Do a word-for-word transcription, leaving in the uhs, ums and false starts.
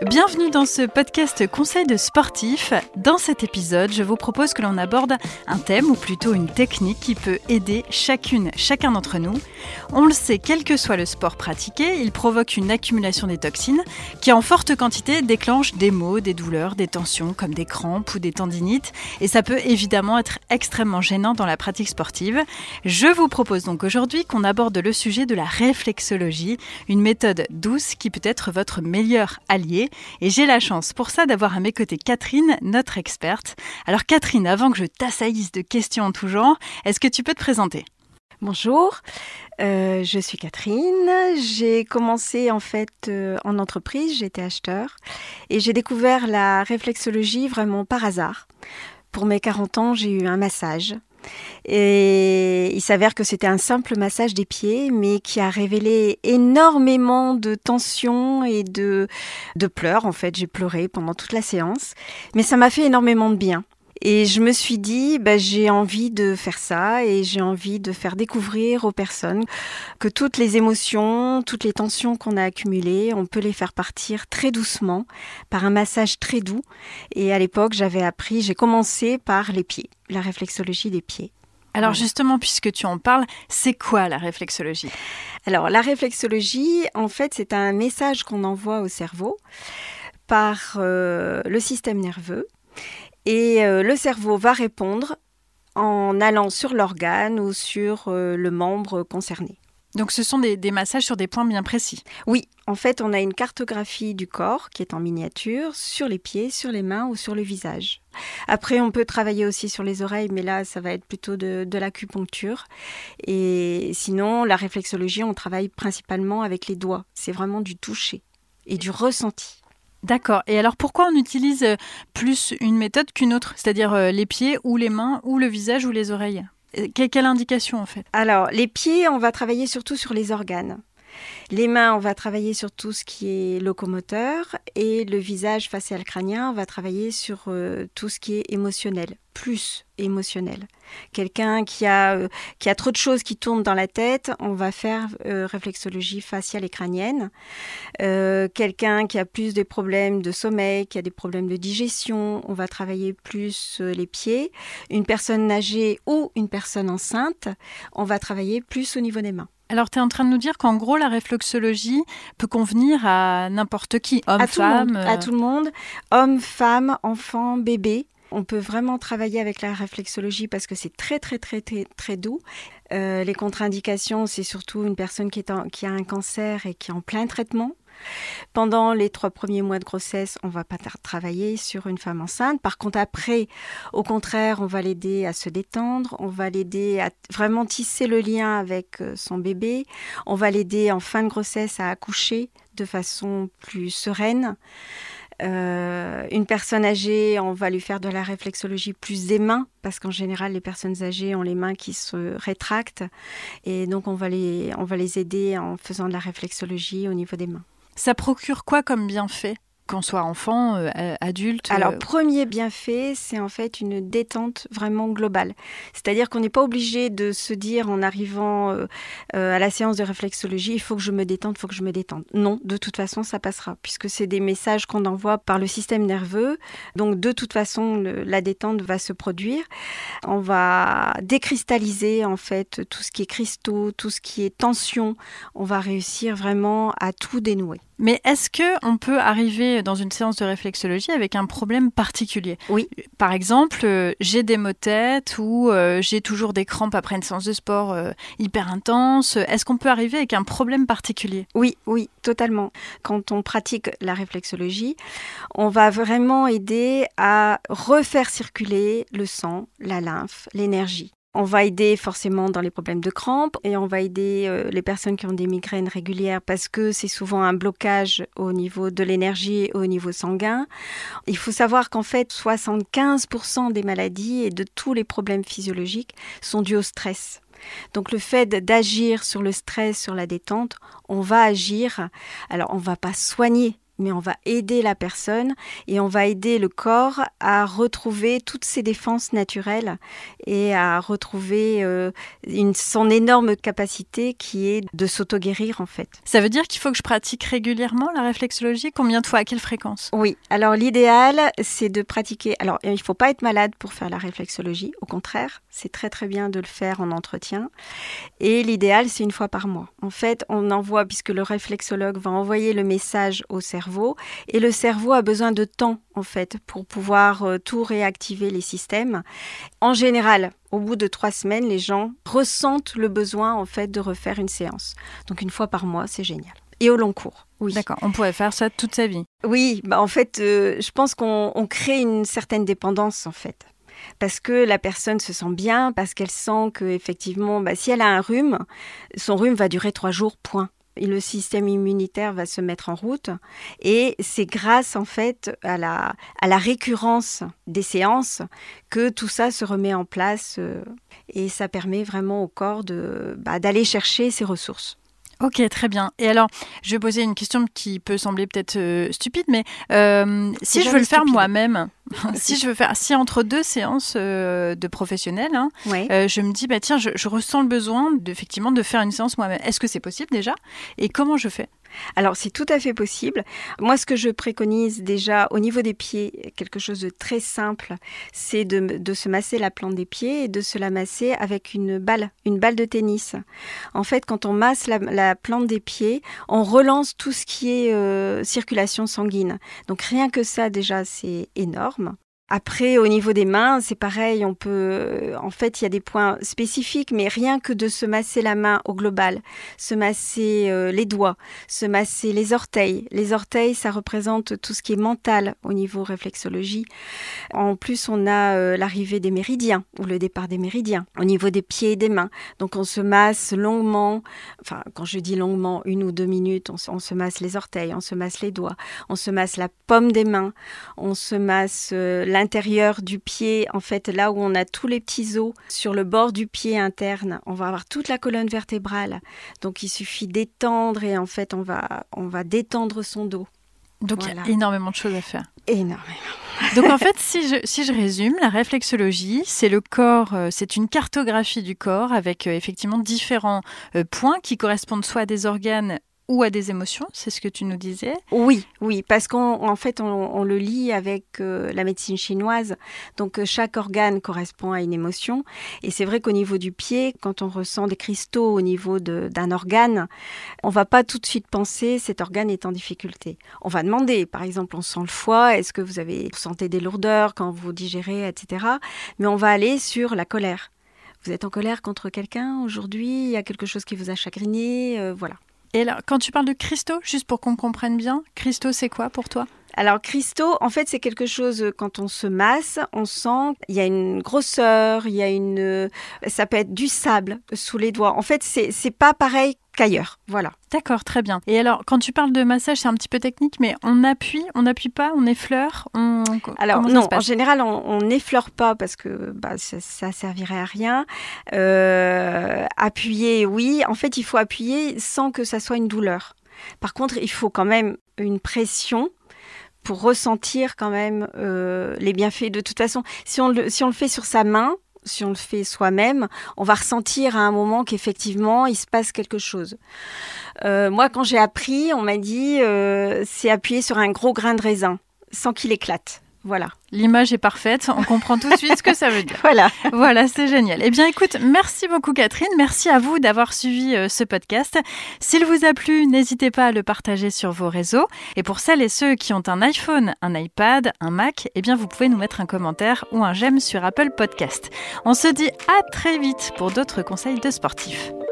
Bienvenue dans ce podcast Conseil de sportif. Dans cet épisode, je vous propose que l'on aborde un thème ou plutôt une technique qui peut aider chacune, chacun d'entre nous. On le sait, quel que soit le sport pratiqué, il provoque une accumulation des toxines qui en forte quantité déclenche des maux, des douleurs, des tensions comme des crampes ou des tendinites et ça peut évidemment être extrêmement gênant dans la pratique sportive. Je vous propose donc aujourd'hui qu'on aborde le sujet de la réflexologie, une méthode douce qui peut être votre meilleur allié. Et j'ai la chance pour ça d'avoir à mes côtés Catherine, notre experte. Alors Catherine, avant que je t'assaillisse de questions en tout genre, est-ce que tu peux te présenter ? Bonjour, euh, je suis Catherine. J'ai commencé en fait euh, en entreprise, j'étais acheteur et j'ai découvert la réflexologie vraiment par hasard. Pour mes quarante ans, j'ai eu un massage. Et il s'avère que c'était un simple massage des pieds, mais qui a révélé énormément de tensions et de, de pleurs. En fait, j'ai pleuré pendant toute la séance, mais ça m'a fait énormément de bien. Et je me suis dit, bah, j'ai envie de faire ça et j'ai envie de faire découvrir aux personnes que toutes les émotions, toutes les tensions qu'on a accumulées, on peut les faire partir très doucement par un massage très doux. Et à l'époque, j'avais appris, j'ai commencé par les pieds, la réflexologie des pieds. Alors justement, puisque tu en parles, c'est quoi la réflexologie ? Alors la réflexologie, en fait, c'est un message qu'on envoie au cerveau par euh, le système nerveux. Et euh, le cerveau va répondre en allant sur l'organe ou sur euh, le membre concerné. Donc ce sont des, des massages sur des points bien précis. Oui, en fait, on a une cartographie du corps qui est en miniature sur les pieds, sur les mains ou sur le visage. Après, on peut travailler aussi sur les oreilles, mais là, ça va être plutôt de, de l'acupuncture. Et sinon, la réflexologie, on travaille principalement avec les doigts. C'est vraiment du toucher et du ressenti. D'accord. Et alors, pourquoi on utilise plus une méthode qu'une autre ? C'est-à-dire euh, les pieds ou les mains ou le visage ou les oreilles ? Que- Quelle indication en fait ? Alors, les pieds, on va travailler surtout sur les organes. Les mains, on va travailler sur tout ce qui est locomoteur. Et le visage facial crânien, on va travailler sur euh, tout ce qui est émotionnel, plus émotionnel. Quelqu'un qui a, euh, qui a trop de choses qui tournent dans la tête, on va faire euh, réflexologie faciale et crânienne. Euh, quelqu'un qui a plus des problèmes de sommeil, qui a des problèmes de digestion, on va travailler plus euh, les pieds. Une personne âgée ou une personne enceinte, on va travailler plus au niveau des mains. Alors, tu es en train de nous dire qu'en gros, la réflexologie peut convenir à n'importe qui, homme, à tout femme. Le monde, à tout le monde, homme, femme, enfant, bébé. On peut vraiment travailler avec la réflexologie parce que c'est très, très, très, très, très doux. Euh, les contre-indications, c'est surtout une personne qui, est en, qui a un cancer et qui est en plein traitement. Pendant les trois premiers mois de grossesse, on ne va pas tra- travailler sur une femme enceinte. Par contre, après, au contraire, on va l'aider à se détendre. On va l'aider à vraiment tisser le lien avec son bébé. On va l'aider en fin de grossesse à accoucher de façon plus sereine. Euh, une personne âgée, on va lui faire de la réflexologie plus des mains, parce qu'en général, les personnes âgées ont les mains qui se rétractent. Et donc, on va les, on va les aider en faisant de la réflexologie au niveau des mains. Ça procure quoi comme bienfait ? Qu'on soit enfant, euh, adulte. Alors, euh... premier bienfait, c'est en fait une détente vraiment globale. C'est-à-dire qu'on n'est pas obligé de se dire en arrivant euh, euh, à la séance de réflexologie, il faut que je me détende, il faut que je me détende. Non, de toute façon, ça passera, puisque c'est des messages qu'on envoie par le système nerveux. Donc, de toute façon, le, la détente va se produire. On va décristalliser, en fait, tout ce qui est cristaux, tout ce qui est tension. On va réussir vraiment à tout dénouer. Mais est-ce qu'on peut arriver dans une séance de réflexologie avec un problème particulier ? Oui. Par exemple, euh, j'ai des maux de tête ou euh, j'ai toujours des crampes après une séance de sport euh, hyper intense. Est-ce qu'on peut arriver avec un problème particulier ? Oui, oui, totalement. Quand on pratique la réflexologie, on va vraiment aider à refaire circuler le sang, la lymphe, l'énergie. On va aider forcément dans les problèmes de crampes et on va aider euh, les personnes qui ont des migraines régulières parce que c'est souvent un blocage au niveau de l'énergie et au niveau sanguin. Il faut savoir qu'en fait, soixante-quinze pour cent des maladies et de tous les problèmes physiologiques sont dus au stress. Donc le fait d'agir sur le stress, sur la détente, on va agir, alors on ne va pas soigner, mais on va aider la personne et on va aider le corps à retrouver toutes ses défenses naturelles et à retrouver euh, une, son énorme capacité qui est de s'auto-guérir en fait. Ça veut dire qu'il faut que je pratique régulièrement la réflexologie ? Combien de fois ? À quelle fréquence ? Oui, alors l'idéal c'est de pratiquer, alors il ne faut pas être malade pour faire la réflexologie, au contraire, c'est très très bien de le faire en entretien et l'idéal c'est une fois par mois. En fait, on envoie, puisque le réflexologue va envoyer le message au cerveau et le cerveau a besoin de temps en fait pour pouvoir euh, tout réactiver les systèmes. En général, au bout de trois semaines, les gens ressentent le besoin en fait de refaire une séance. Donc une fois par mois, c'est génial. Et au long cours. Oui. D'accord, on pourrait faire ça toute sa vie. Oui, bah en fait, euh, je pense qu'on on crée une certaine dépendance en fait. Parce que la personne se sent bien, parce qu'elle sent qu'effectivement, bah, si elle a un rhume, son rhume va durer trois jours, point. Et le système immunitaire va se mettre en route et c'est grâce en fait à la, à la récurrence des séances que tout ça se remet en place euh, et ça permet vraiment au corps de, bah, d'aller chercher ses ressources. Ok, très bien. Et alors, je vais poser une question qui peut sembler peut-être euh, stupide, mais euh, si je veux le faire stupide. moi-même, si je veux faire, si entre deux séances euh, de professionnels, hein, Ouais. euh, je me dis, bah tiens, je, je ressens le besoin d'effectivement de faire une séance moi-même. Est-ce que c'est possible déjà ? Et comment je fais ? Alors, c'est tout à fait possible. Moi, ce que je préconise déjà au niveau des pieds, quelque chose de très simple, c'est de, de se masser la plante des pieds et de se la masser avec une balle, une balle de tennis. En fait, quand on masse la, la plante des pieds, on relance tout ce qui est euh, circulation sanguine. Donc, rien que ça, déjà, c'est énorme. Après, au niveau des mains, c'est pareil, on peut, en fait, il y a des points spécifiques, mais rien que de se masser la main au global, se masser euh, les doigts, se masser les orteils. Les orteils, ça représente tout ce qui est mental au niveau réflexologie. En plus, on a euh, l'arrivée des méridiens, ou le départ des méridiens, au niveau des pieds et des mains. Donc, on se masse longuement, enfin, quand je dis longuement, une ou deux minutes, on se, on se masse les orteils, on se masse les doigts, on se masse la paume des mains, on se masse euh, la l'intérieur du pied, en fait, là où on a tous les petits os sur le bord du pied interne, on va avoir toute la colonne vertébrale. Donc, il suffit d'étendre et en fait, on va, on va détendre son dos. Donc, voilà. Il y a énormément de choses à faire. Énormément. Donc, en fait, si je, si je résume, la réflexologie, c'est le corps, euh, c'est une cartographie du corps avec euh, effectivement différents euh, points qui correspondent soit à des organes ou à des émotions, c'est ce que tu nous disais. Oui, oui, parce qu'en fait, on, on le lit avec euh, la médecine chinoise. Donc, euh, chaque organe correspond à une émotion. Et c'est vrai qu'au niveau du pied, quand on ressent des cristaux au niveau de, d'un organe, on ne va pas tout de suite penser cet organe est en difficulté. On va demander, par exemple, on sent le foie, est-ce que vous avez vous sentez des lourdeurs quand vous digérez, et cetera. Mais on va aller sur la colère. Vous êtes en colère contre quelqu'un aujourd'hui, il y a quelque chose qui vous a chagriné, euh, voilà. Et alors, quand tu parles de cristaux, juste pour qu'on comprenne bien, cristaux, c'est quoi pour toi ? Alors, cristaux, en fait, c'est quelque chose, quand on se masse, on sent qu'il y a une grosseur, il y a une... Ça peut être du sable sous les doigts. En fait, c'est, c'est pas pareil qu'ailleurs, voilà. D'accord, très bien. Et alors, quand tu parles de massage, c'est un petit peu technique, mais on appuie, on n'appuie pas, on effleure on... Alors non, en général, on n'effleure pas parce que bah, ça, ça servirait à rien. Euh, appuyer, oui. En fait, il faut appuyer sans que ça soit une douleur. Par contre, il faut quand même une pression pour ressentir quand même euh, les bienfaits. De toute façon, si on le, si on le fait sur sa main, si on le fait soi-même, on va ressentir à un moment qu'effectivement, il se passe quelque chose. Euh, moi, quand j'ai appris, on m'a dit euh, c'est appuyer sur un gros grain de raisin sans qu'il éclate. Voilà. L'image est parfaite, on comprend tout de suite ce que ça veut dire. Voilà. Voilà, c'est génial. Eh bien, écoute, merci beaucoup Catherine, merci à vous d'avoir suivi euh, ce podcast. S'il vous a plu, n'hésitez pas à le partager sur vos réseaux. Et pour celles et ceux qui ont un iPhone, un iPad, un Mac, eh bien, vous pouvez nous mettre un commentaire ou un j'aime sur Apple Podcast. On se dit à très vite pour d'autres conseils de sportifs.